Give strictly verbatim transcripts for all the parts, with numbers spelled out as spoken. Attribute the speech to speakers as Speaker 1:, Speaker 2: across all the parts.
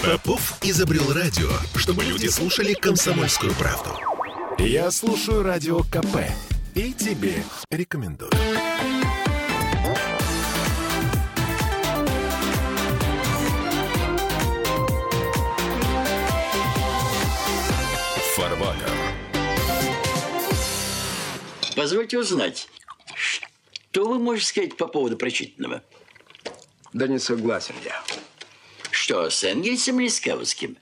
Speaker 1: Попов изобрел радио, чтобы люди слушали «Комсомольскую правду». Я слушаю Радио КП и тебе рекомендую. Фарватер.
Speaker 2: Позвольте узнать, что вы можете сказать по поводу прочитанного?
Speaker 3: Да не согласен я.
Speaker 2: Что, с Энгельсом или с Кавовским?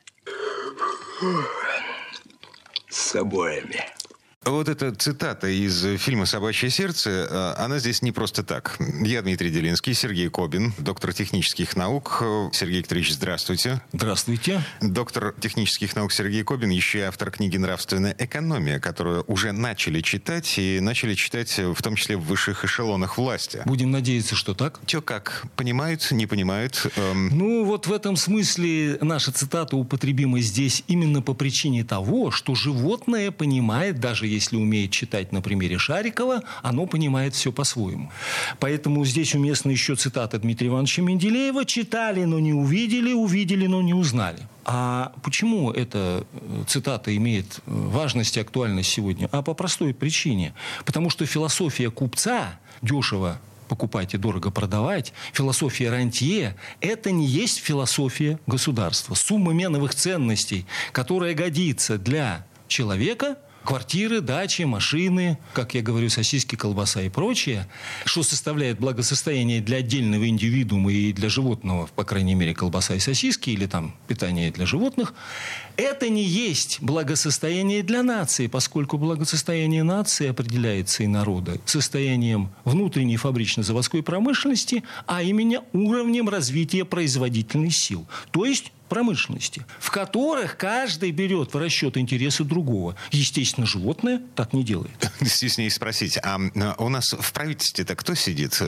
Speaker 3: С обоими.
Speaker 4: Вот эта цитата из фильма «Собачье сердце», она здесь не просто так. Я Дмитрий Делинский, Сергей Кобин, доктор технических наук. Сергей Викторович, здравствуйте.
Speaker 5: Здравствуйте.
Speaker 4: Доктор технических наук Сергей Кобин, еще и автор книги «Нравственная экономия», которую уже начали читать, и начали читать в том числе в высших эшелонах власти.
Speaker 5: Будем надеяться, что так.
Speaker 4: Че как? Понимают, не понимают? Эм...
Speaker 5: Ну, вот в этом смысле наша цитата употребима здесь именно по причине того, что животное понимает, даже если умеет читать на примере Шарикова, оно понимает все по-своему. Поэтому здесь уместна еще цитата Дмитрия Ивановича Менделеева: «Читали, но не увидели, увидели, но не узнали». А почему эта цитата имеет важность и актуальность сегодня? А по простой причине. Потому что философия купца дешево покупать и дорого продавать, философия рантье – это не есть философия государства. Сумма меновых ценностей, которая годится для человека – квартиры, дачи, машины, как я говорю, сосиски, колбаса и прочее, что составляет благосостояние для отдельного индивидуума и для животного, по крайней мере, колбаса и сосиски, или там питание для животных, это не есть благосостояние для нации, поскольку благосостояние нации определяется и народа состоянием внутренней фабрично-заводской промышленности, а именно уровнем развития производительных сил, то есть промышленности, в которых каждый берет в расчет интересы другого. Естественно, животное так не делает.
Speaker 4: Стеснее спросить, а у нас в правительстве-то кто сидит?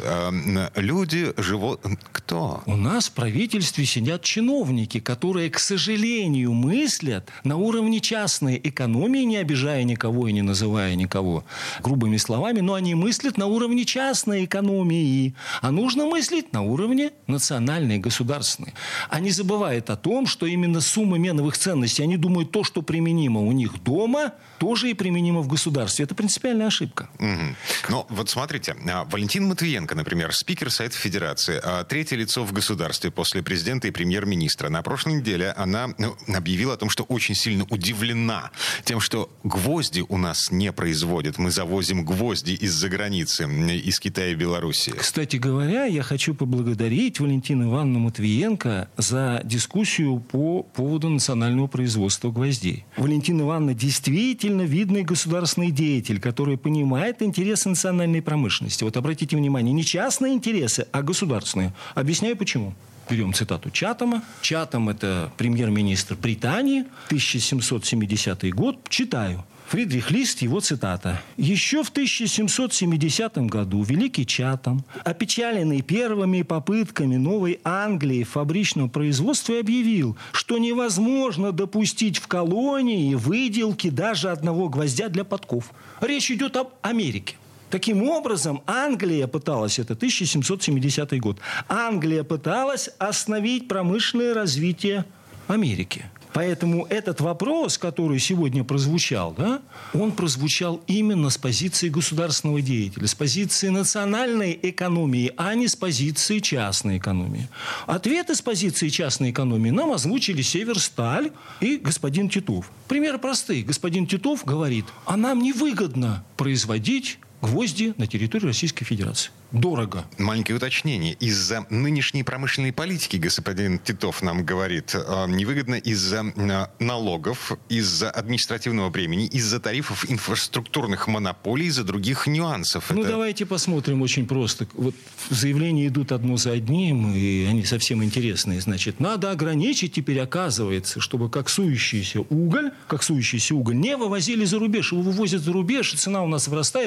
Speaker 4: Люди, животные, кто?
Speaker 5: У нас в правительстве сидят чиновники, которые, к сожалению, мыслят на уровне частной экономии, не обижая никого и не называя никого грубыми словами, но они мыслят на уровне частной экономии, а нужно мыслить на уровне национальной, государственной. Они забывают о том, что именно сумма меновых ценностей, они думают, то, что применимо у них дома, тоже и применимо в государстве. Это принципиальная ошибка.
Speaker 4: Угу. Ну, вот смотрите, Валентин Матвиенко, например, спикер Совета Федерации, третье лицо в государстве после президента и премьер-министра. На прошлой неделе она ну, объявила о том, что очень сильно удивлена тем, что гвозди у нас не производят. Мы завозим гвозди из-за границы, из Китая и Белоруссии.
Speaker 5: Кстати говоря, я хочу поблагодарить Валентину Ивановну Матвиенко за дискуссию по поводу национального производства гвоздей. Валентина Ивановна действительно видный государственный деятель, который понимает интересы национальной промышленности. Вот обратите внимание, не частные интересы, а государственные. Объясняю почему. Берем цитату Чатама. Чатам – это премьер-министр Британии, тысяча семьсот семидесятый год. Читаю. Фридрих Лист, его цитата. «Еще в тысяча семьсот семидесятом году великий Чатам, опечаленный первыми попытками Новой Англии фабричного производства, объявил, что невозможно допустить в колонии выделки даже одного гвоздя для подков». Речь идет об Америке. Таким образом, Англия пыталась, это тысяча семьсот семидесятый год, Англия пыталась остановить промышленное развитие Америки. Поэтому этот вопрос, который сегодня прозвучал, да, он прозвучал именно с позиции государственного деятеля, с позиции национальной экономии, а не с позиции частной экономии. Ответы с позиции частной экономии нам озвучили Северсталь и господин Титов. Примеры простые. Господин Титов говорит, а нам невыгодно производить гвозди на территории Российской Федерации. Дорого.
Speaker 4: Маленькое уточнение. Из-за нынешней промышленной политики, господин Титов нам говорит, невыгодно из-за налогов, из-за административного бремени, из-за тарифов инфраструктурных монополий, из-за других нюансов.
Speaker 5: Ну,
Speaker 4: Это...
Speaker 5: давайте посмотрим очень просто. Вот заявления идут одно за одним, и они совсем интересные. Значит, надо ограничить теперь, оказывается, чтобы коксующийся уголь, коксующийся уголь не вывозили за рубеж. Его вывозят за рубеж, и цена у нас вырастает, от этого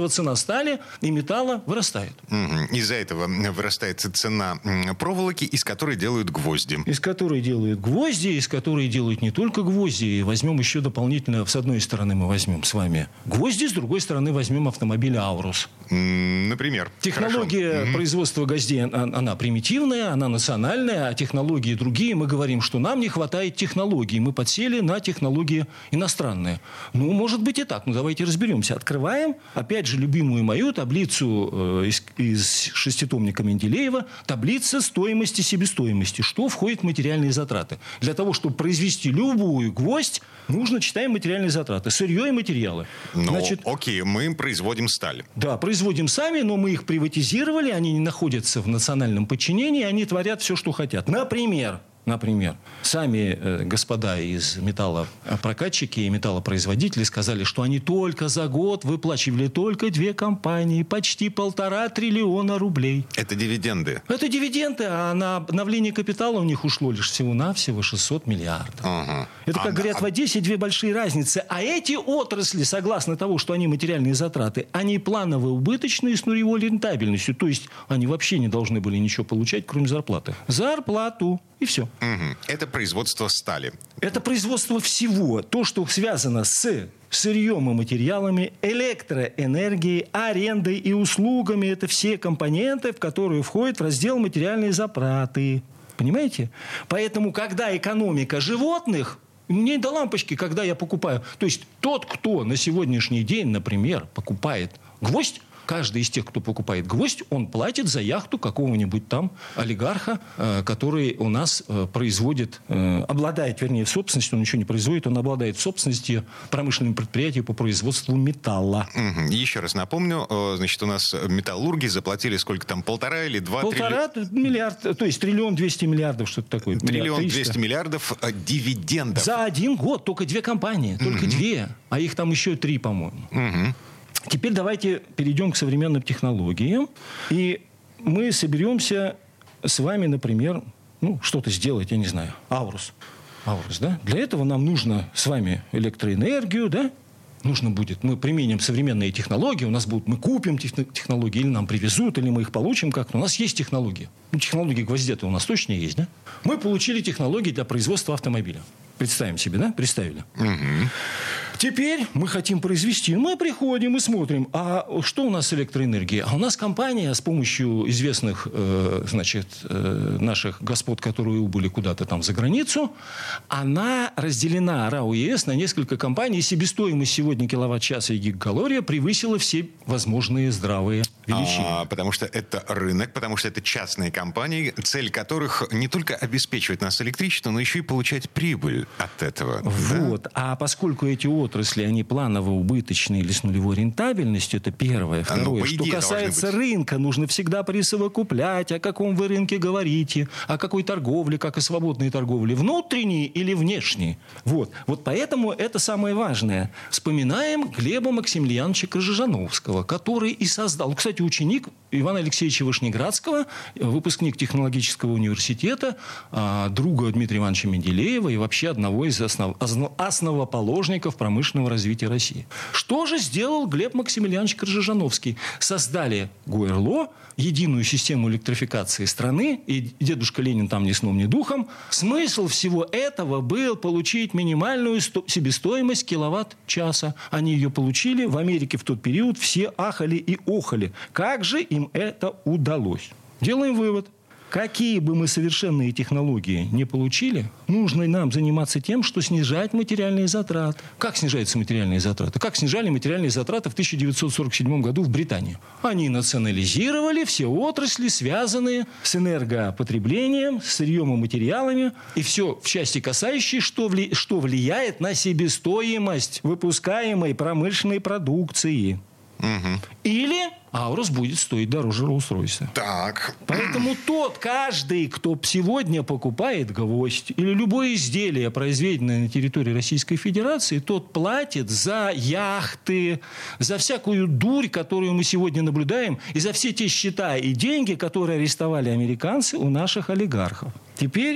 Speaker 5: этого цена стали и металла вырастает.
Speaker 4: Угу. Из-за этого вырастает цена проволоки, из которой делают гвозди.
Speaker 5: Из которой делают гвозди, из которой делают не только гвозди. И возьмем еще дополнительно, с одной стороны мы возьмем с вами гвозди, с другой стороны возьмем автомобиль «Аурус».
Speaker 4: Например.
Speaker 5: Технология
Speaker 4: Хорошо.
Speaker 5: производства гвоздей, она примитивная, она национальная, а технологии другие. Мы говорим, что нам не хватает технологий. Мы подсели на технологии иностранные. Ну, может быть и так. Ну, давайте разберемся. Открываем, опять же, любимую мою таблицу э, из, из шеститомника Менделеева. Таблица стоимости, себестоимости. Что входит в материальные затраты? Для того, чтобы произвести любую гвоздь, нужно, читаем материальные затраты. Сырье и материалы.
Speaker 4: Ну,
Speaker 5: Значит,
Speaker 4: окей, мы производим сталь.
Speaker 5: Да, производим сами, но мы их приватизировали, они не находятся в национальном подчинении, они творят все, что хотят. Например, Например, сами э, господа из металлопрокатчики и металлопроизводители сказали, что они только за год выплачивали только две компании почти полтора триллиона рублей.
Speaker 4: Это дивиденды.
Speaker 5: Это дивиденды, а на обновление капитала у них ушло лишь всего-навсего шестьсот миллиардов.
Speaker 4: Ага.
Speaker 5: Это, как
Speaker 4: а,
Speaker 5: говорят
Speaker 4: а...
Speaker 5: в Одессе, две большие разницы. А эти отрасли, согласно того, что они материальные затраты, они планово убыточные с нулевой рентабельностью. То есть они вообще не должны были ничего получать, кроме зарплаты. Зарплату. И все.
Speaker 4: Угу. Это производство стали.
Speaker 5: Это производство всего. То, что связано с сырьем и материалами, электроэнергией, арендой и услугами. Это все компоненты, в которые входят в раздел материальные затраты. Понимаете? Поэтому, когда экономика животных... Мне до лампочки, когда я покупаю. То есть тот, кто на сегодняшний день, например, покупает гвоздь, каждый из тех, кто покупает гвоздь, он платит за яхту какого-нибудь там олигарха, э, который у нас э, производит, э, обладает, вернее, в собственности, он ничего не производит, он обладает в собственности промышленным предприятием по производству металла.
Speaker 4: Угу. Еще раз напомню, э, значит, у нас металлурги заплатили сколько там, полтора или два
Speaker 5: Полтора
Speaker 4: трилли...
Speaker 5: миллиарда, то есть триллион двести миллиардов, что-то такое.
Speaker 4: Триллион двести миллиардов э, дивидендов.
Speaker 5: За один год только две компании, только угу. две, а их там еще три, по-моему.
Speaker 4: Угу.
Speaker 5: Теперь давайте перейдем к современным технологиям. И мы соберемся с вами, например, ну, что-то сделать, я не знаю, Аурус. Аурус, да? Для этого нам нужно с вами электроэнергию, да? Нужно будет, мы применим современные технологии, у нас будут, мы купим технологии, или нам привезут, или мы их получим как-то. У нас есть технологии. Ну, технологии гвоздя-то у нас точно есть, да? Мы получили технологии для производства автомобиля. Представим себе, да? Представили.
Speaker 4: Угу.
Speaker 5: Теперь мы хотим произвести. Мы приходим и смотрим, а что у нас с электроэнергией? А у нас компания с помощью известных, э, значит, э, наших господ, которые убыли куда-то там за границу, она разделена, РАО ЕС, на несколько компаний. И себестоимость сегодня киловатт-часа и гигакалория превысила все возможные здравые величины.
Speaker 4: А, потому что это рынок, потому что это частные компании, цель которых не только обеспечивать нас электричеством, но еще и получать прибыль от этого.
Speaker 5: Вот.
Speaker 4: Да?
Speaker 5: А поскольку эти отрасли, они планово убыточные или с нулевой рентабельностью, это первое. Второе,
Speaker 4: ну,
Speaker 5: что касается рынка, нужно всегда присовокуплять, о каком вы рынке говорите, о какой торговле, как и свободной торговле, внутренней или внешней. Вот. Вот поэтому это самое важное. Вспоминаем Глеба Максимилиановича Крыжижановского, который и создал, кстати, ученик Ивана Алексеевича Вышнеградского, выпускник технологического университета, друга Дмитрия Ивановича Менделеева и вообще одного из основ... основоположников промышленного развития России. Что же сделал Глеб Максимилианович Крыжижановский? Создали ГУЭРЛО, единую систему электрификации страны, и дедушка Ленин там ни сном, ни духом. Смысл всего этого был получить минимальную сто... себестоимость киловатт-часа. Они ее получили. В Америке в тот период все ахали и охали. Как же им это удалось? Делаем вывод. Какие бы мы совершенные технологии не получили, нужно нам заниматься тем, что снижать материальные затраты. Как снижаются материальные затраты? Как снижали материальные затраты в тысяча девятьсот сорок седьмом году в Британии? Они национализировали все отрасли, связанные с энергопотреблением, с сырьем и материалами. И все в части касающей, что, вли... что влияет на себестоимость выпускаемой промышленной продукции.
Speaker 4: Угу.
Speaker 5: Или Аурус будет стоить дороже Роллс-Ройса.
Speaker 4: Так.
Speaker 5: Поэтому тот, каждый, кто сегодня покупает гвоздь или любое изделие, произведенное на территории Российской Федерации, тот платит за яхты, за всякую дурь, которую мы сегодня наблюдаем, и за все те счета и деньги, которые арестовали американцы у наших олигархов. Теперь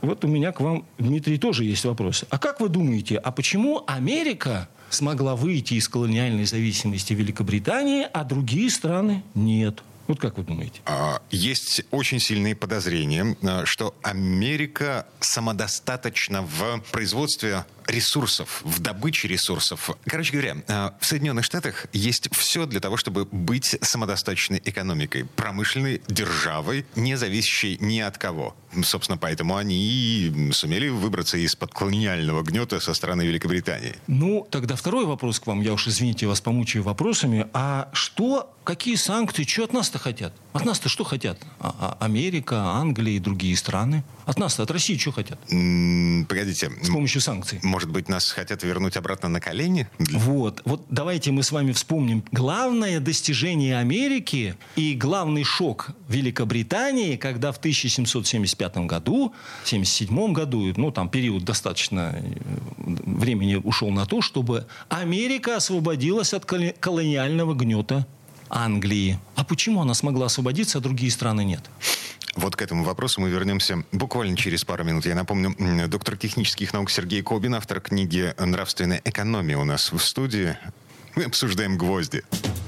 Speaker 5: вот у меня к вам, Дмитрий, тоже есть вопрос. А как вы думаете, а почему Америка смогла выйти из колониальной зависимости Великобритании, а другие страны нет? Вот как вы думаете?
Speaker 4: Есть очень сильные подозрения, что Америка самодостаточна в производстве ресурсов, в добыче ресурсов. Короче говоря, в Соединенных Штатах есть все для того, чтобы быть самодостаточной экономикой, промышленной державой, не зависящей ни от кого. Собственно, поэтому они и сумели выбраться из-под колониального гнета со стороны Великобритании.
Speaker 5: Ну, тогда второй вопрос к вам. Я уж, извините, вас помучаю вопросами. А что, какие санкции, что от нас-то хотят? От нас-то что хотят? А- а- Америка, Англия и другие страны? От нас-то, от России что хотят?
Speaker 4: М-м, погодите.
Speaker 5: С помощью санкций.
Speaker 4: Может быть, нас хотят вернуть обратно на колени?
Speaker 5: Вот. Вот давайте мы с вами вспомним. Главное достижение Америки и главный шок Великобритании, когда в тысяча семьсот семьдесят пятом году, в семьдесят седьмом году, ну, там период достаточно времени ушел на то, чтобы Америка освободилась от колониального гнета Англии. А почему она смогла освободиться, а другие страны нет?
Speaker 4: Вот к этому вопросу мы вернемся буквально через пару минут. Я напомню, доктор технических наук Сергей Кобин, автор книги «Нравственная экономия» у нас в студии. Мы обсуждаем гвозди.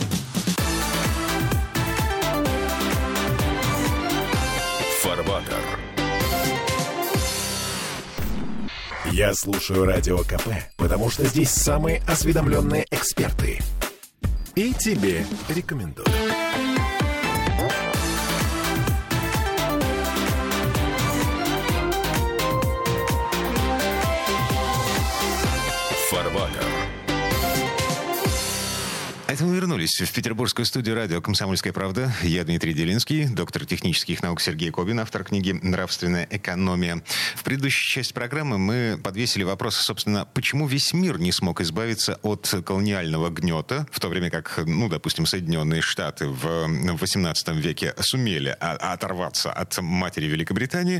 Speaker 1: Фарватер. Я слушаю Радио КП, потому что здесь самые осведомленные эксперты. И тебе рекомендую. Фарватер.
Speaker 4: Это мы вернулись в петербургскую студию радио «Комсомольская правда». Я Дмитрий Делинский, доктор технических наук Сергей Кобин, автор книги «Нравственная экономия». В предыдущей части программы мы подвесили вопрос, собственно, почему весь мир не смог избавиться от колониального гнета, в то время как, ну, допустим, Соединенные Штаты в восемнадцатом веке сумели оторваться от матери Великобритании.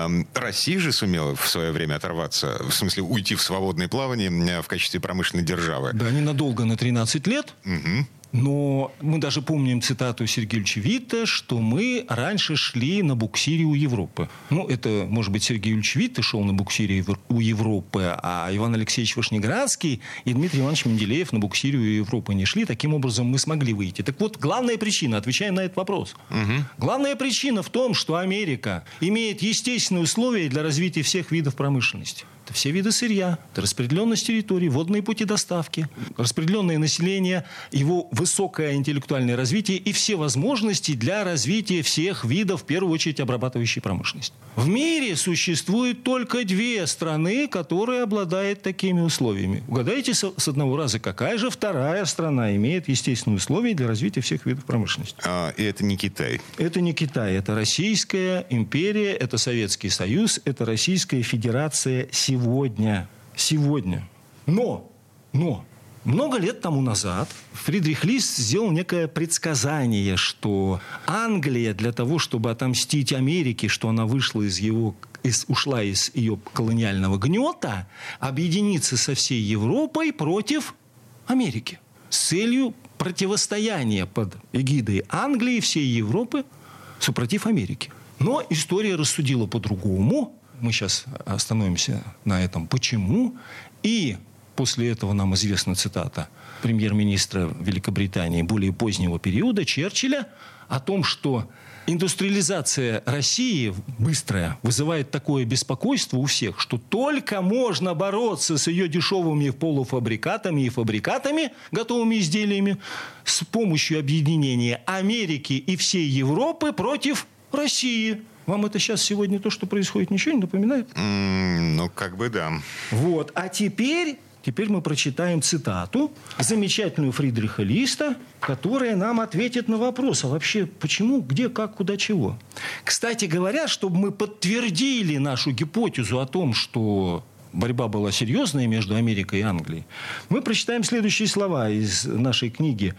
Speaker 4: Россия же сумела в свое время оторваться, в смысле уйти в свободное плавание в качестве промышленной державы.
Speaker 5: Да, ненадолго, на тринадцать лет.
Speaker 4: Угу.
Speaker 5: Но мы даже помним цитату Сергея Ильича Витте, что мы раньше шли на буксире у Европы. Ну, это, может быть, Сергей Ильич Витте шел на буксире у Европы, а Иван Алексеевич Вышнеградский и Дмитрий Иванович Менделеев на буксире у Европы не шли. Таким образом, мы смогли выйти. Так вот, главная причина, отвечаем на этот вопрос. Угу. Главная причина в том, что Америка имеет естественные условия для развития всех видов промышленности. Это все виды сырья, это распределенность территорий, водные пути доставки, распределенное население, его высокое интеллектуальное развитие и все возможности для развития всех видов, в первую очередь, обрабатывающей промышленности. В мире существует только две страны, которые обладают такими условиями. Угадайте с одного раза, какая же вторая страна имеет естественные условия для развития всех видов промышленности?
Speaker 4: А, и это не Китай.
Speaker 5: Это не Китай, это Российская империя, это Советский Союз, это Российская Федерация сегодня. Сегодня. Сегодня. Но, но, много лет тому назад Фридрих Лист сделал некое предсказание, что Англия для того, чтобы отомстить Америке, что она вышла из его, из, ушла из ее колониального гнета, объединится со всей Европой против Америки с целью противостояния под эгидой Англии всей Европы супротив Америки. Но история рассудила по-другому. Мы сейчас остановимся на этом. Почему? И после этого нам известна цитата премьер-министра Великобритании более позднего периода Черчилля о том, что индустриализация России быстрая вызывает такое беспокойство у всех, что только можно бороться с ее дешевыми полуфабрикатами и фабрикатами, готовыми изделиями, с помощью объединения Америки и всей Европы против России. Вам это сейчас сегодня то, что происходит, ничего не напоминает?
Speaker 4: Mm, ну, как бы да.
Speaker 5: Вот. А теперь, теперь мы прочитаем цитату замечательную Фридриха Листа, которая нам ответит на вопрос, а вообще почему, где, как, куда, чего. Кстати говоря, чтобы мы подтвердили нашу гипотезу о том, что борьба была серьезная между Америкой и Англией, мы прочитаем следующие слова из нашей книги,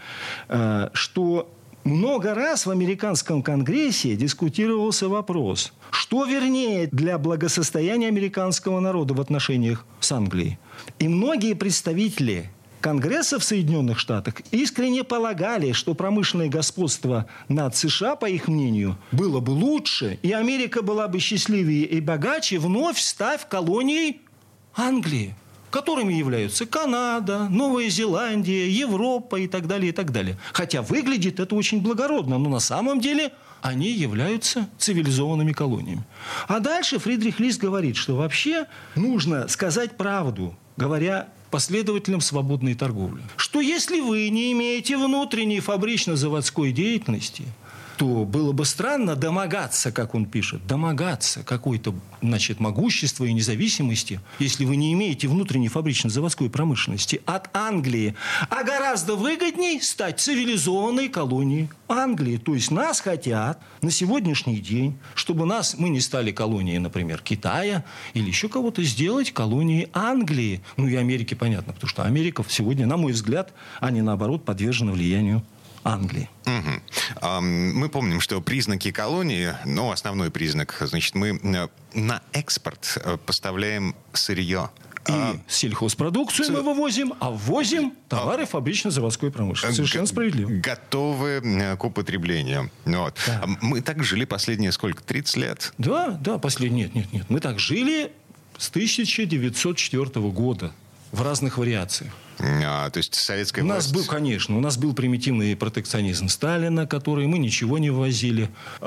Speaker 5: что много раз в американском конгрессе дискутировался вопрос, что вернее для благосостояния американского народа в отношениях с Англией. И многие представители Конгресса в Соединенных Штатах искренне полагали, что промышленное господство над США, по их мнению, было бы лучше, и Америка была бы счастливее и богаче, вновь став колонией Англии, которыми являются Канада, Новая Зеландия, Европа и так далее, и так далее. Хотя выглядит это очень благородно, но на самом деле они являются цивилизованными колониями. А дальше Фридрих Лист говорит, что вообще нужно сказать правду, говоря последователям свободной торговли. Что если вы не имеете внутренней фабрично-заводской деятельности, то было бы странно домогаться, как он пишет, домогаться какой-то, значит, могущества и независимости, если вы не имеете внутренней фабрично-заводской промышленности от Англии, а гораздо выгодней стать цивилизованной колонией Англии. То есть нас хотят на сегодняшний день, чтобы нас, мы не стали колонией, например, Китая или еще кого-то, сделать колонией Англии. Ну и Америки, понятно, потому что Америка сегодня, на мой взгляд, они, наоборот, подвержены влиянию Англии.
Speaker 4: Угу. Мы помним, что признаки колонии, ну, основной признак, значит, мы на экспорт поставляем сырье.
Speaker 5: И а, сельхозпродукцию ц... мы вывозим, а ввозим товары а, фабрично-заводской промышленности. Совершенно справедливо.
Speaker 4: Готовы к употреблению. Вот. Да. Мы так жили последние сколько? тридцать лет?
Speaker 5: Да, да, последние. Нет, нет, нет. Мы так жили с тысяча девятьсот четвёртого года в разных вариациях.
Speaker 4: А, то есть советская
Speaker 5: у
Speaker 4: власть...
Speaker 5: нас был, конечно, у нас был примитивный протекционизм Сталина, который мы ничего не ввозили.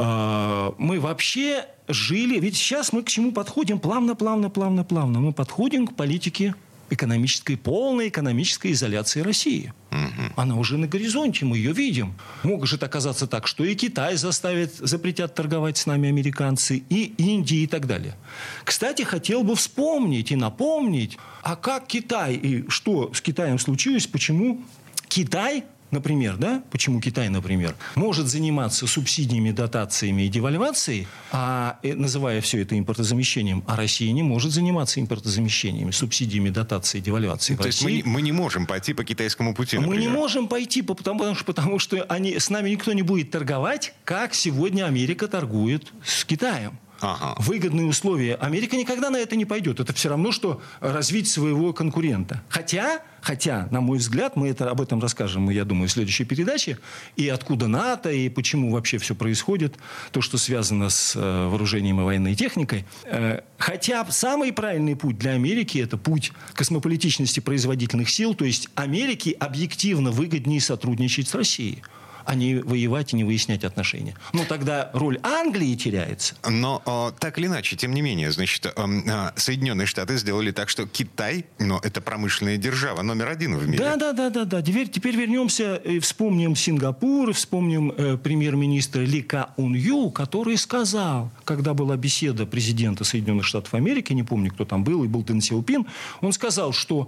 Speaker 5: А, мы вообще жили... Ведь сейчас мы к чему подходим? Плавно, плавно, плавно, плавно. Мы подходим к политике экономической, полной экономической изоляции России. Угу. Она уже на горизонте, мы ее видим. Может оказаться так, что и Китай заставит, запретят торговать с нами американцы, и Индия, и так далее. Кстати, хотел бы вспомнить и напомнить, а как Китай, и что с Китаем случилось, почему Китай... Например, да, почему Китай, например, может заниматься субсидиями, дотациями и девальвацией, а, называя все это импортозамещением, а Россия не может заниматься импортозамещениями, субсидиями, дотацией, девальвацией.
Speaker 4: То есть мы, мы не можем пойти по китайскому пути, например?
Speaker 5: Мы не можем пойти, потому, потому что они, с нами никто не будет торговать, как сегодня Америка торгует с Китаем. Ага. Выгодные условия. Америка никогда на это не пойдет. Это все равно, что развить своего конкурента. Хотя, хотя, на мой взгляд, мы это, об этом расскажем, я думаю, в следующей передаче. И откуда НАТО, и почему вообще все происходит. То, что связано с э, вооружением и военной техникой. Э, хотя самый правильный путь для Америки – это путь космополитичности производительных сил. То есть Америке объективно выгоднее сотрудничать с Россией, а не воевать и не выяснять отношения. Ну, тогда роль Англии теряется.
Speaker 4: Но о, так или иначе, тем не менее, значит, о, Соединенные Штаты сделали так, что Китай, ну, это промышленная держава номер один в мире.
Speaker 5: Да, да, да, да, да. Теперь, теперь вернемся и вспомним Сингапур, и вспомним э, премьер-министра Ли Ка-ун Ю, который сказал, когда была беседа президента Соединенных Штатов Америки, не помню, кто там был, и был Дэн Сяопин, он сказал, что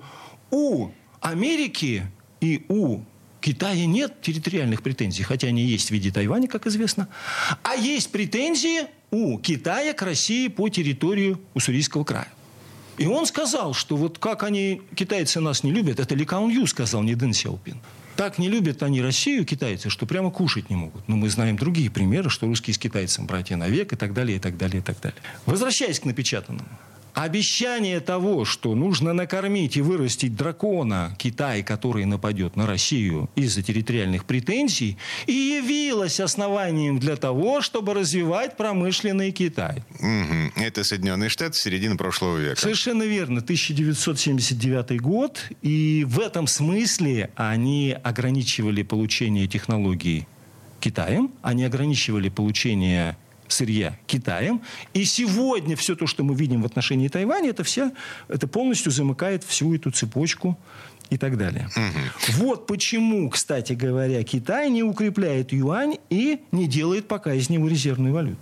Speaker 5: у Америки и у Китая нет территориальных претензий, хотя они есть в виде Тайваня, как известно. А есть претензии у Китая к России по территории Уссурийского края. И он сказал, что вот как они, китайцы нас не любят, это Ли Ка-ун Ю сказал, не Дэн Сяопин. Так не любят они Россию, китайцы, что прямо кушать не могут. Но мы знаем другие примеры, что русские с китайцем братья навек и так далее, и так далее, и так далее. Возвращаясь к напечатанному. Обещание того, что нужно накормить и вырастить дракона Китай, который нападет на Россию из-за территориальных претензий, и явилось основанием для того, чтобы развивать промышленный Китай.
Speaker 4: Угу. Это Соединенные Штаты середины прошлого века.
Speaker 5: Совершенно верно. тысяча девятьсот семьдесят девятый год. И в этом смысле они ограничивали получение технологий Китаем, они ограничивали получение сырья Китаем. И сегодня все то, что мы видим в отношении Тайваня, это, вся, это полностью замыкает всю эту цепочку и так далее. Угу. Вот почему, кстати говоря, Китай не укрепляет юань и не делает пока из него резервную валюту.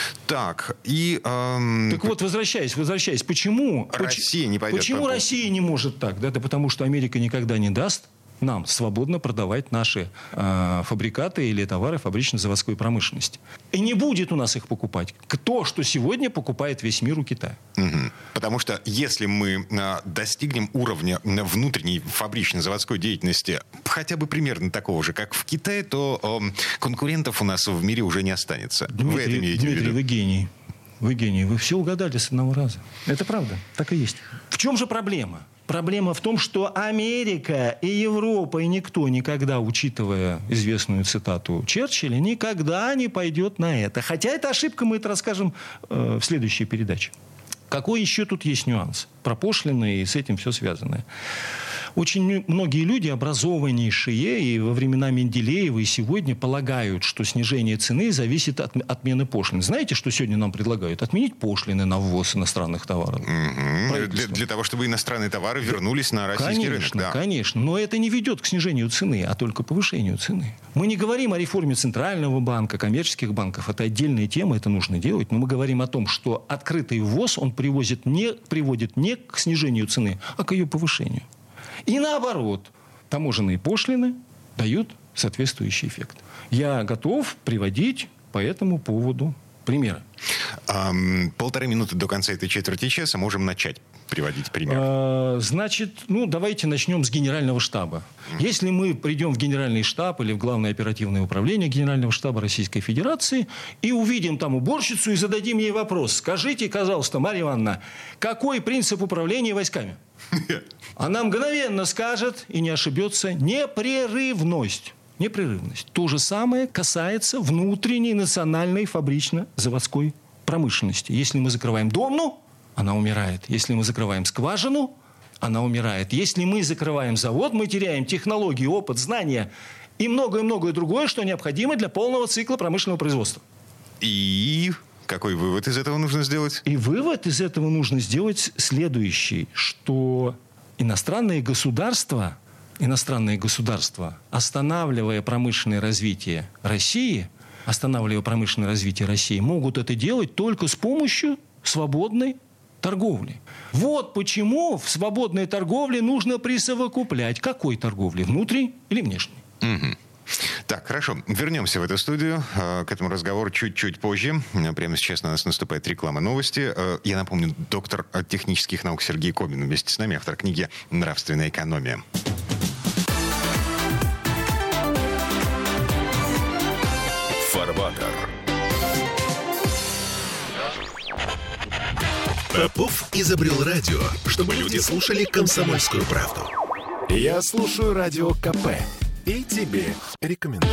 Speaker 4: Так, и... Эм...
Speaker 5: Так вот, возвращаясь, возвращаясь, почему...
Speaker 4: Россия не пойдет
Speaker 5: Почему
Speaker 4: по...
Speaker 5: Россия не может так? Да, да потому что Америка никогда не даст нам свободно продавать наши э, фабрикаты или товары фабрично-заводской промышленности. И не будет у нас их покупать. То, что сегодня покупает весь мир у Китая.
Speaker 4: Угу. Потому что если мы э, достигнем уровня внутренней фабрично-заводской деятельности хотя бы примерно такого же, как в Китае, то э, конкурентов у нас в мире уже не останется.
Speaker 5: Дмитрий,
Speaker 4: вы это имеете
Speaker 5: Дмитрий,
Speaker 4: в виду?
Speaker 5: вы гений. Вы гений. Вы все угадали с одного раза. Это правда. Так и есть. В чем же проблема? Проблема в том, что Америка и Европа, и никто никогда, учитывая известную цитату Черчилля, никогда не пойдет на это. Хотя это ошибка, мы это расскажем э, в следующей передаче. Какой еще тут есть нюанс? Про пошлины и с этим все связанное. Очень многие люди, образованнейшие, и во времена Менделеева, и сегодня полагают, что снижение цены зависит от отмены пошлин. Знаете, что сегодня нам предлагают? Отменить пошлины на ввоз иностранных товаров.
Speaker 4: Mm-hmm. Для, для того, чтобы иностранные товары вернулись на российский
Speaker 5: конечно,
Speaker 4: рынок. Да.
Speaker 5: Конечно, но это не ведет к снижению цены, а только к повышению цены. Мы не говорим о реформе Центрального банка, коммерческих банков. Это отдельная тема, это нужно делать. Но мы говорим о том, что открытый ввоз, он приводит не, приводит не к снижению цены, а к ее повышению. И наоборот, таможенные пошлины дают соответствующий эффект. Я готов приводить по этому поводу примеры.
Speaker 4: Um, полторы минуты до конца этой четверти часа можем начать приводить пример.
Speaker 5: А, значит, ну, давайте начнем с Генерального штаба. Mm-hmm. Если мы придем в Генеральный штаб или в Главное оперативное управление Генерального штаба Российской Федерации и увидим там уборщицу и зададим ей вопрос. Скажите, пожалуйста, Марья Ивановна, какой принцип управления войсками? Она мгновенно скажет и не ошибется: непрерывность. Непрерывность. То же самое касается внутренней национальной фабрично-заводской промышленности. Если мы закрываем домну, она умирает. Если мы закрываем скважину, она умирает. Если мы закрываем завод, мы теряем технологии, опыт, знания и многое-многое другое, что необходимо для полного цикла промышленного производства.
Speaker 4: И какой вывод из этого нужно сделать?
Speaker 5: И вывод из этого нужно сделать следующий, что иностранные государства, иностранные государства, останавливая промышленное развитие России, останавливая промышленное развитие России, могут это делать только с помощью свободной торговли. Вот почему в свободной торговле нужно присовокуплять. Какой торговли? Внутренней или внешней?
Speaker 4: Угу. Так, хорошо. Вернемся в эту студию. К этому разговору чуть-чуть позже. Прямо сейчас у нас наступает реклама новости. Я напомню, доктор технических наук Сергей Кобин вместе с нами, автор книги «Нравственная экономия».
Speaker 1: Фарватер. Попов изобрел радио, чтобы люди слушали «Комсомольскую правду». Я слушаю радио КП и тебе рекомендую.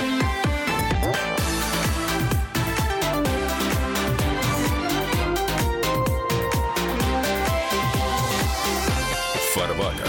Speaker 1: Фарватер.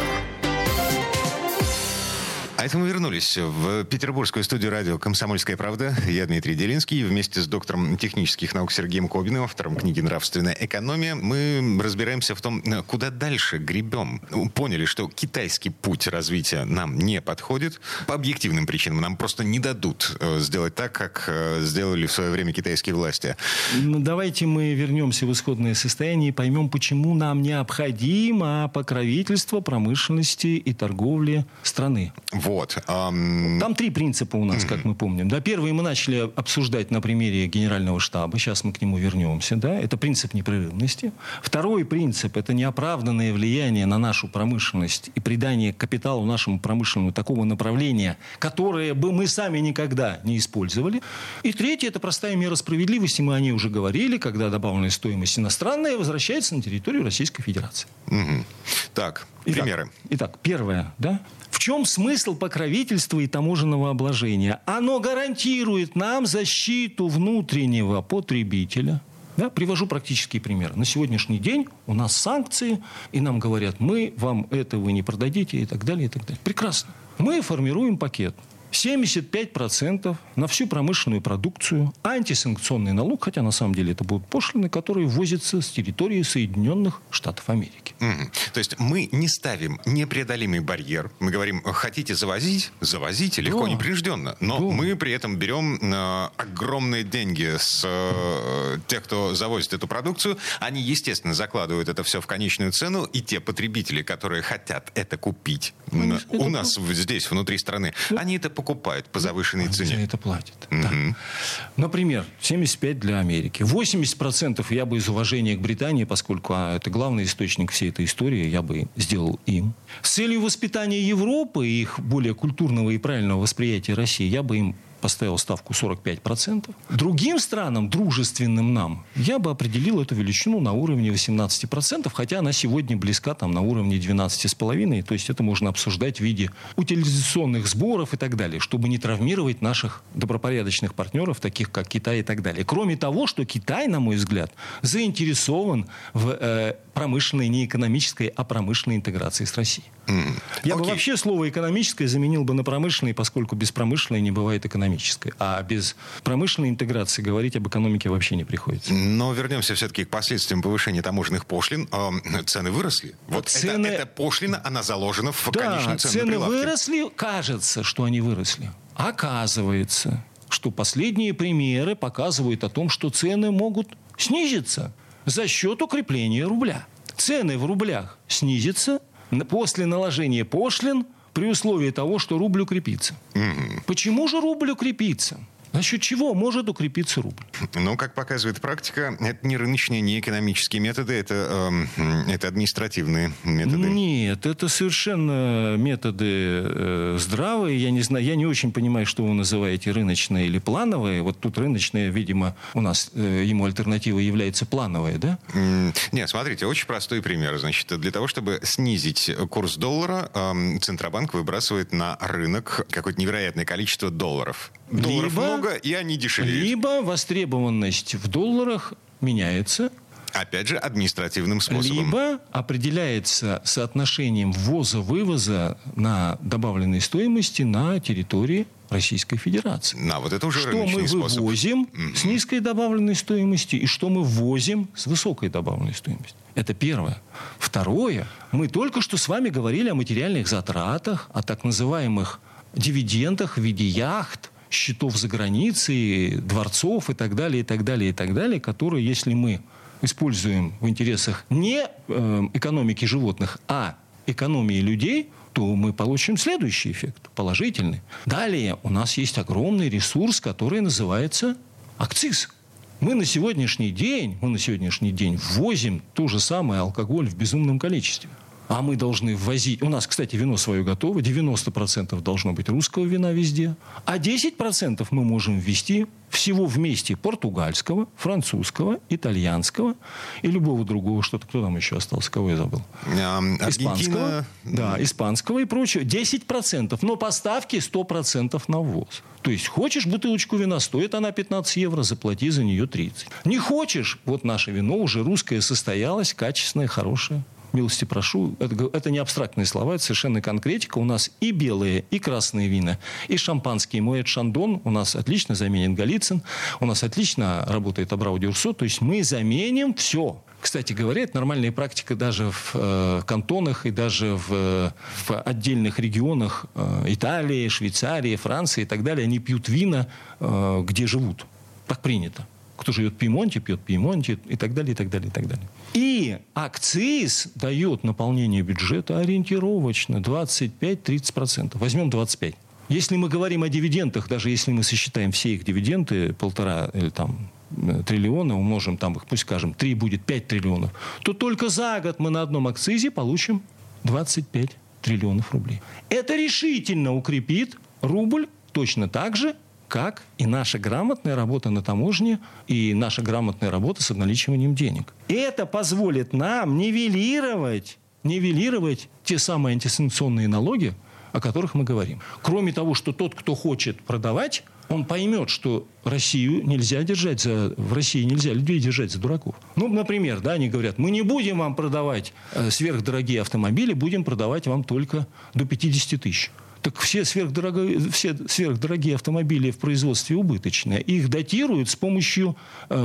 Speaker 4: А это мы вернулись в петербургскую студию радио «Комсомольская правда». Я Дмитрий Делинский. И вместе с доктором технических наук Сергеем Кобиным, автором книги «Нравственная экономия», мы разбираемся в том, куда дальше гребем. Поняли, что китайский путь развития нам не подходит. По объективным причинам нам просто не дадут сделать так, как сделали в свое время китайские власти.
Speaker 5: Ну, давайте мы вернемся в исходное состояние и поймем, почему нам необходимо покровительство промышленности и торговли страны.
Speaker 4: Вот. Um...
Speaker 5: Там три принципа у нас, mm-hmm. как мы помним. Да, первый мы начали обсуждать на примере Генерального штаба. Сейчас мы к нему вернемся. Да? Это принцип непрерывности. Второй принцип – это неоправданное влияние на нашу промышленность и придание капиталу нашему промышленному такого направления, которое бы мы сами никогда не использовали. И третий – это простая мера справедливости. Мы о ней уже говорили, когда добавленная стоимость иностранная возвращается на территорию Российской Федерации.
Speaker 4: Mm-hmm. Так,
Speaker 5: итак,
Speaker 4: примеры.
Speaker 5: Итак, первое, да? В чем смысл покровительства и таможенного обложения? Оно гарантирует нам защиту внутреннего потребителя. Да? Привожу практический пример. На сегодняшний день у нас санкции, и нам говорят, мы вам это вы не продадите, и так далее, и так далее. Прекрасно. Мы формируем пакет. семьдесят пять процентов на всю промышленную продукцию, антисанкционный налог, хотя на самом деле это будут пошлины, которые ввозятся с территории Соединенных Штатов Америки.
Speaker 4: Mm-hmm. То есть мы не ставим непреодолимый барьер. Мы говорим, хотите завозить, завозите легко, да. непринужденно. Но да. мы при этом берем э, огромные деньги с э, тех, кто завозит эту продукцию. Они, естественно, закладывают это все в конечную цену. И те потребители, которые хотят это купить Конечно, у это нас это... здесь, внутри страны, да. они это покупают по завышенной
Speaker 5: Они
Speaker 4: цене.
Speaker 5: За это платят.
Speaker 4: Mm-hmm.
Speaker 5: Да. Например, семьдесят пять для Америки. восемьдесят процентов я бы из уважения к Британии, поскольку а, это главный источник всей этой истории, я бы сделал им. С целью воспитания Европы и их более культурного и правильного восприятия России я бы им поставил ставку сорок пять процентов. Другим странам, дружественным нам, я бы определил эту величину на уровне восемнадцать процентов, хотя она сегодня близка там, на уровне двенадцать целых пять десятых. То есть это можно обсуждать в виде утилизационных сборов и так далее, чтобы не травмировать наших добропорядочных партнеров, таких как Китай и так далее. Кроме того, что Китай, на мой взгляд, заинтересован в э, промышленной, не экономической, а промышленной интеграции с Россией. Mm. Я okay. бы вообще слово «экономическое» заменил бы на «промышленное», поскольку без промышленной не бывает экономической. А без промышленной интеграции говорить об экономике вообще не приходится.
Speaker 4: Но вернемся все-таки к последствиям повышения таможенных пошлин. Цены выросли. Вот цены... это, это пошлина, она заложена в
Speaker 5: да,
Speaker 4: конечную цену
Speaker 5: цены
Speaker 4: на прилавке.
Speaker 5: Выросли, кажется, что они выросли. Оказывается, что последние примеры показывают о том, что цены могут снизиться за счет укрепления рубля. Цены в рублях снизятся после наложения пошлин при условии того, что рубль укрепится. Mm-hmm. Почему же рубль укрепится? За счет чего может укрепиться рубль?
Speaker 4: Ну, как показывает практика, это не рыночные, не экономические методы, это, э, это административные методы.
Speaker 5: Нет, это совершенно методы э, здравые. Я не знаю, я не очень понимаю, что вы называете рыночные или плановые. Вот тут рыночные, видимо, у нас э, ему альтернатива является плановые, да?
Speaker 4: Mm, нет, смотрите, очень простой пример. Значит, для того, чтобы снизить курс доллара, э, Центробанк выбрасывает на рынок какое-то невероятное количество долларов. Долларов
Speaker 5: либо,
Speaker 4: много, и они дешевеют.
Speaker 5: Либо востребованность в долларах меняется.
Speaker 4: Опять же, административным способом.
Speaker 5: Либо определяется соотношением ввоза-вывоза на добавленной стоимости на территории Российской Федерации.
Speaker 4: На, вот это уже
Speaker 5: что
Speaker 4: рыночный
Speaker 5: мы
Speaker 4: способ.
Speaker 5: вывозим
Speaker 4: Mm-hmm.
Speaker 5: с низкой добавленной стоимостью и что мы ввозим с высокой добавленной стоимостью. Это первое. Второе. Мы только что с вами говорили о материальных затратах, о так называемых дивидендах в виде яхт, счетов за границей, дворцов и так далее, и так далее, и так далее, которые, если мы используем в интересах не э, экономики животных, а экономии людей, то мы получим следующий эффект, положительный. Далее у нас есть огромный ресурс, который называется акциз. Мы на сегодняшний день, мы на сегодняшний день ввозим то же самое алкоголь в безумном количестве. А мы должны ввозить... У нас, кстати, вино свое готово. девяносто процентов должно быть русского вина везде. А десять процентов мы можем ввести всего вместе португальского, французского, итальянского и любого другого. Что-то кто там еще остался? Кого я забыл?
Speaker 4: А,
Speaker 5: испанского. Да, испанского и прочего. десять процентов. Но поставки сто процентов на ввоз. То есть, хочешь бутылочку вина, стоит она пятнадцать евро, заплати за нее тридцать. Не хочешь? Вот наше вино уже русское состоялось, качественное, хорошее. Милости прошу. Это, это не абстрактные слова, это совершенно конкретика. У нас и белые, и красные вина, и шампанские. Моэт Шандон у нас отлично заменит Голицын. У нас отлично работает Абрау Дюрсо. То есть мы заменим все. Кстати говоря, это нормальная практика даже в э, кантонах и даже в, в отдельных регионах э, Италии, Швейцарии, Франции и так далее. Они пьют вина, э, где живут. Так принято. Кто живет в Пьемонте, пьет в Пьемонте и так далее, и так далее, и так далее. И акциз дает наполнение бюджета ориентировочно двадцать пять - тридцать процентов. Возьмем двадцать пять. Если мы говорим о дивидендах, даже если мы сосчитаем все их дивиденды, полтора или там триллиона, умножим там их, пусть скажем, три будет пять триллионов, то только за год мы на одном акцизе получим двадцать пять триллионов рублей. Это решительно укрепит рубль точно так же, как и наша грамотная работа на таможне и наша грамотная работа с обналичиванием денег. Это позволит нам нивелировать, нивелировать те самые антисанкционные налоги, о которых мы говорим. Кроме того, что тот, кто хочет продавать, он поймет, что Россию нельзя держать за... В России нельзя людей держать за дураков. Ну, например, да, они говорят, мы не будем вам продавать э, сверхдорогие автомобили, будем продавать вам только до пятьдесят тысяч. Так все сверхдорогие, все сверхдорогие автомобили в производстве убыточные. Их датируют с помощью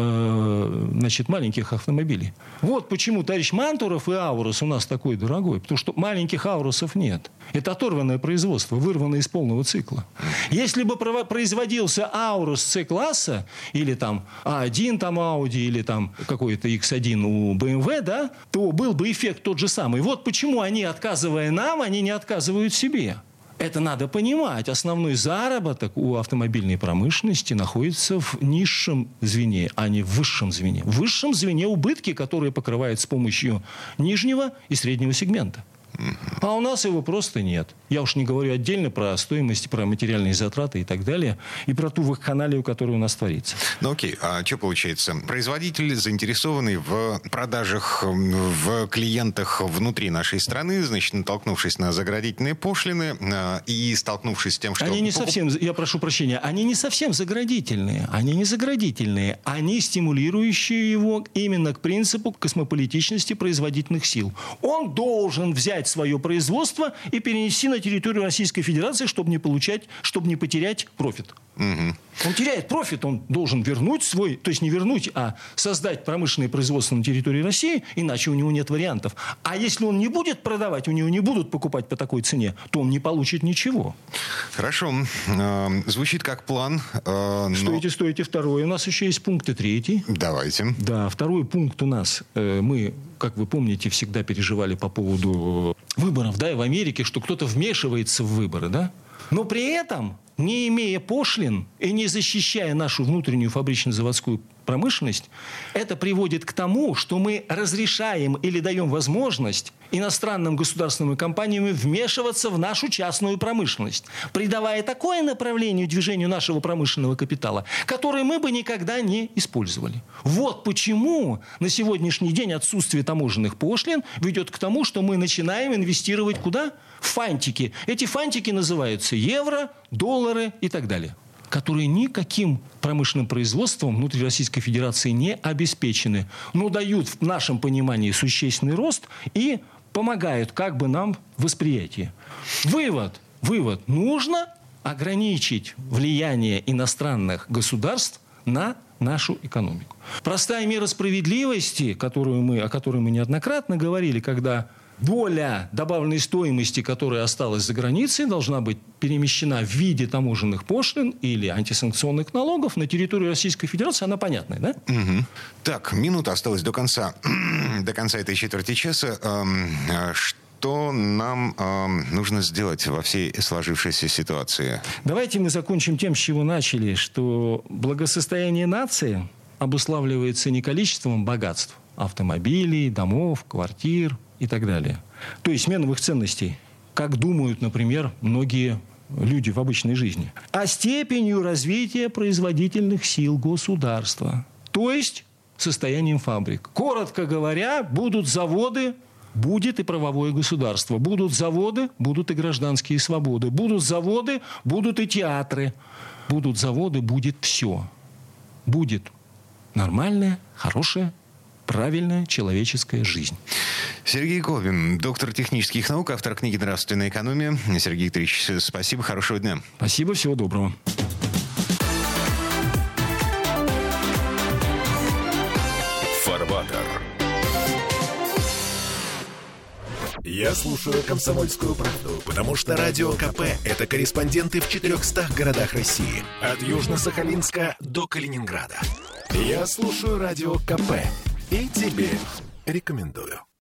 Speaker 5: э, значит, маленьких автомобилей. Вот почему товарищ Мантуров и Аурус у нас такой дорогой. Потому что маленьких Аурусов нет. Это оторванное производство, вырванное из полного цикла. Если бы производился Аурус С-класса, или там А один там Ауди, или там какой-то Икс один у бэ эм вэ, да, то был бы эффект тот же самый. Вот почему они, отказывая нам, они не отказывают себе. Это надо понимать. Основной заработок у автомобильной промышленности находится в низшем звене, а не в высшем звене. В высшем звене убытки, которые покрывают с помощью нижнего и среднего сегмента. А у нас его просто нет. Я уж не говорю отдельно про стоимость, про материальные затраты и так далее, и про ту вакханалию, которая у нас творится.
Speaker 4: Ну окей, а что получается? Производитель, заинтересованный в продажах, в клиентах внутри нашей страны, значит, натолкнувшись на заградительные пошлины и столкнувшись с тем, что...
Speaker 5: Они не совсем, я прошу прощения, они не совсем заградительные. Они не заградительные. Они стимулирующие его именно к принципу космополитичности производительных сил. Он должен взять свое производство и перенести на территорию Российской Федерации, чтобы не получать, чтобы не потерять профит. Угу. Он теряет профит, он должен вернуть свой, то есть не вернуть, а создать промышленное производство на территории России, иначе у него нет вариантов. А если он не будет продавать, у него не будут покупать по такой цене, то он не получит ничего.
Speaker 4: Хорошо. Звучит как план. Но...
Speaker 5: Стойте, стойте. Второе. У нас еще есть пункт и третий.
Speaker 4: Давайте.
Speaker 5: Да, второй пункт у нас. Мы, как вы помните, всегда переживали по поводу выборов, да, и в Америке, что кто-то вмешивается в выборы, да. Но при этом, не имея пошлин и не защищая нашу внутреннюю фабрично-заводскую промышленность, это приводит к тому, что мы разрешаем или даем возможность иностранным государственным компаниям вмешиваться в нашу частную промышленность, придавая такое направление движению нашего промышленного капитала, которое мы бы никогда не использовали. Вот почему на сегодняшний день отсутствие таможенных пошлин ведет к тому, что мы начинаем инвестировать куда? В фантики. Эти фантики называются евро, доллары и так далее, которые никаким промышленным производством внутри Российской Федерации не обеспечены, но дают в нашем понимании существенный рост и помогают как бы нам в восприятии. Вывод. Вывод. Нужно ограничить влияние иностранных государств на нашу экономику. Простая мера справедливости, которую мы, о которой мы неоднократно говорили, когда доля добавленной стоимости, которая осталась за границей, должна быть перемещена в виде таможенных пошлин или антисанкционных налогов на территорию Российской Федерации. Она понятная, да?
Speaker 4: Угу. Так, минута осталась до конца, до конца этой четверти часа. Что нам нужно сделать во всей сложившейся ситуации?
Speaker 5: Давайте мы закончим тем, с чего начали, что благосостояние нации обуславливается не количеством богатств, автомобилей, домов, квартир и так далее. То есть сменовых ценностей, как думают, например, многие люди в обычной жизни. А степенью развития производительных сил государства. То есть состоянием фабрик. Коротко говоря, будут заводы, будет и правовое государство. Будут заводы, будут и гражданские свободы. Будут заводы, будут и театры. Будут заводы, будет все. Будет нормальная, хорошая, правильная человеческая жизнь.
Speaker 4: Сергей Колбин, доктор технических наук, автор книги «Нравственная экономия». Сергей Викторович, спасибо, хорошего дня.
Speaker 5: Спасибо, всего доброго.
Speaker 1: Фарватер. Я слушаю «Комсомольскую правду», потому что Радио КП – это корреспонденты в четырехстах городах России. От Южно-Сахалинска до Калининграда. Я слушаю Радио КП и тебе рекомендую.